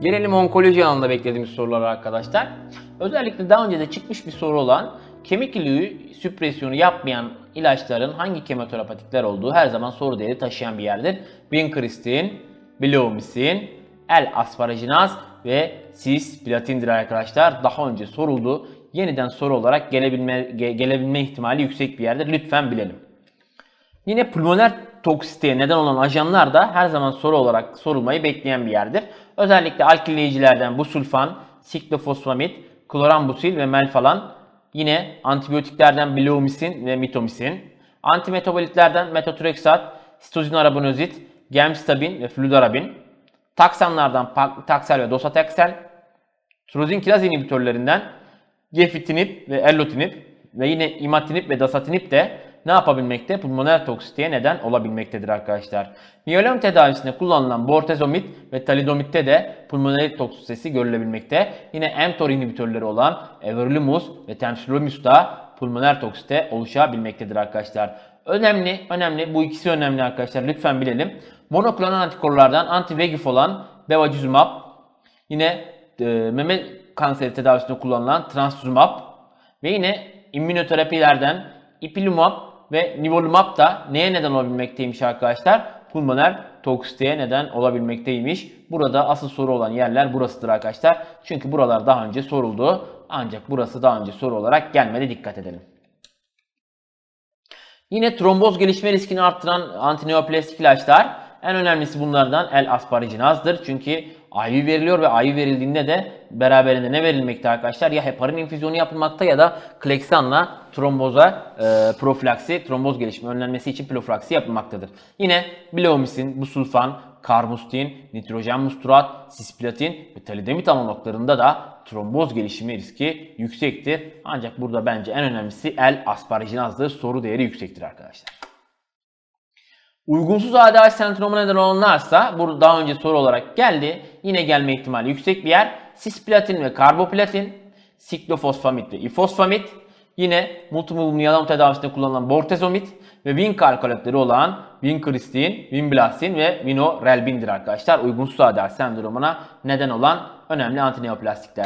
Gelelim onkoloji alanında beklediğimiz sorulara arkadaşlar. Özellikle daha önce de çıkmış bir soru olan kemik iliği süpresyonu yapmayan ilaçların hangi kemoterapatikler olduğu her zaman soru değeri taşıyan bir yerdir. Vinkristin, bleomisin, L-asparaginaz ve cisplatindir arkadaşlar. Daha önce soruldu. Yeniden soru olarak gelebilme ihtimali yüksek bir yerdir. Lütfen bilelim. Yine pulmoner toksiteye neden olan ajanlar da her zaman soru olarak sorulmayı bekleyen bir yerdir. Özellikle alkilleyicilerden busulfan, siklofosfamid, klorambusil ve melfalan. Yine antibiyotiklerden bleomisin ve mitomisin. Antimetabolitlerden metotrexat, sitozinarabinozit, gemcitabin ve fludarabin. Taksanlardan taksel ve dosateksel. Tirozin kinaz inhibitörlerinden gefitinib ve erlotinib ve yine imatinib ve dasatinib de ne yapabilmekte? Pulmoner toksiteye neden olabilmektedir arkadaşlar. Miyelom tedavisinde kullanılan bortezomib ve talidomitte de pulmoner toksitesi görülebilmekte. Yine mTOR inhibitörleri olan everolimus ve temsirolimus da pulmoner toksite oluşabilmektedir arkadaşlar. Önemli, bu ikisi önemli arkadaşlar. Lütfen bilelim. Monoklonal antikorlardan anti-VEGF olan bevacizumab, yine meme kanseri tedavisinde kullanılan trastuzumab ve yine immünoterapilerden ipilimumab ve nivolumab da neye neden olabilmekteymiş arkadaşlar? Pulmoner toksiteye neden olabilmekteymiş. Burada asıl soru olan yerler burasıdır arkadaşlar. Çünkü buralar daha önce soruldu. Ancak burası daha önce soru olarak gelmedi. Dikkat edelim. Yine tromboz gelişme riskini arttıran antineoplastik ilaçlar. En önemlisi bunlardan L-asparaginaz'dır. Çünkü IV veriliyor ve IV verildiğinde de beraberinde ne verilmekte arkadaşlar? Ya heparin infüzyonu yapılmakta ya da kleksanla tromboza profilaksi, tromboz gelişimi önlenmesi için profilaksi yapılmaktadır. Yine bleomisin, busulfan, karmustin, nitrojen musturat, cisplatin ve talidomid analoglarında da tromboz gelişimi riski yüksektir. Ancak burada bence en önemlisi L-asparaginaz'dır. Soru değeri yüksektir arkadaşlar. Uygunsuz ADH sendromu neden olanlarsa, bu daha önce soru olarak geldi. Yine gelme ihtimali yüksek bir yer. Cisplatin ve karboplatin, siklofosfamid ve ifosfamid. Yine multiple myeloma tedavisinde kullanılan bortezomib ve Wnt alkaloidleri olan vinkristin, vinblastine ve vinorelbin'dir arkadaşlar. Uygunsuz ADH sendromuna neden olan önemli antineoplastikler.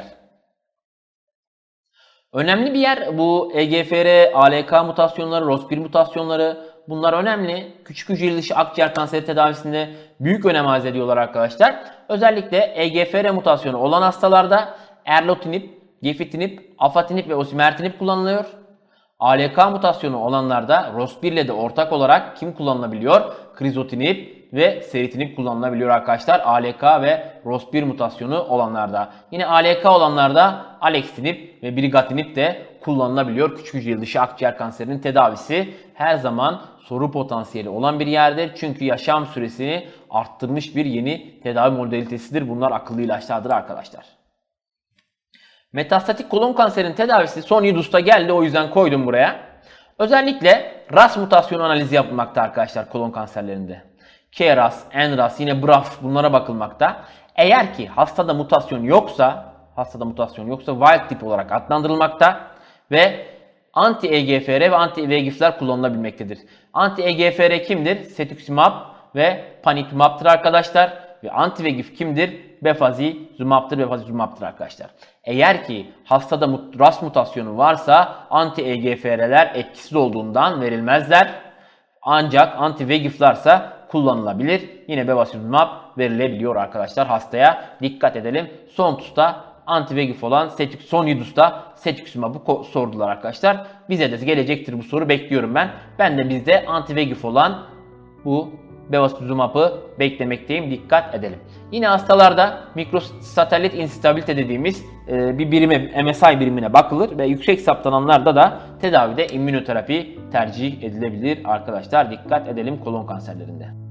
Önemli bir yer bu EGFR, ALK mutasyonları, ROS1 mutasyonları. Bunlar önemli. Küçük hücreli dışı akciğer kanseri tedavisinde büyük önem arz ediyorlar arkadaşlar. Özellikle EGFR mutasyonu olan hastalarda erlotinib, gefitinib, afatinib ve osimertinib kullanılıyor. ALK mutasyonu olanlarda ROS1 ile de ortak olarak kim kullanılabiliyor? Krizotinib ve seritinib kullanılabiliyor arkadaşlar. ALK ve ROS1 mutasyonu olanlarda. Yine ALK olanlarda alextinib ve brigatinib de kullanılabiliyor. Küçük hücreli dışı akciğer kanserinin tedavisi her zaman soru potansiyeli olan bir yerdir. Çünkü yaşam süresini arttırmış bir yeni tedavi modalitesidir. Bunlar akıllı ilaçlardır arkadaşlar. Metastatik kolon kanserinin tedavisi son YDUS'ta geldi. O yüzden koydum buraya. Özellikle RAS mutasyonu analizi yapılmakta arkadaşlar kolon kanserlerinde. KRAS, NRAS, yine BRAF bunlara bakılmakta. Eğer ki hastada mutasyon yoksa wild tip olarak adlandırılmakta ve anti-EGFR ve anti-VEGF'ler kullanılabilmektedir. Anti-EGFR kimdir? Cetuximab ve panitumab'tır arkadaşlar. Ve anti-VEGF kimdir? Bevacizumab'tır arkadaşlar. Eğer ki hastada RAS mutasyonu varsa anti-EGFR'ler etkisiz olduğundan verilmezler. Ancak anti-VEGF'larsa kullanılabilir. Yine bevacizumab verilebiliyor arkadaşlar hastaya. Dikkat edelim. Son TUS'ta anti-VEGF olan son YDUS'ta cetuximab'ı sordular arkadaşlar. Bize de gelecektir bu soru, bekliyorum ben. Ben de bizde anti-VEGF olan bu bevacizumab'ı beklemekteyim. Dikkat edelim. Yine hastalarda mikrosatelit instabilite dediğimiz bir birime, MSI birimine bakılır ve yüksek saptananlarda da tedavide immünoterapi tercih edilebilir arkadaşlar. Dikkat edelim kolon kanserlerinde.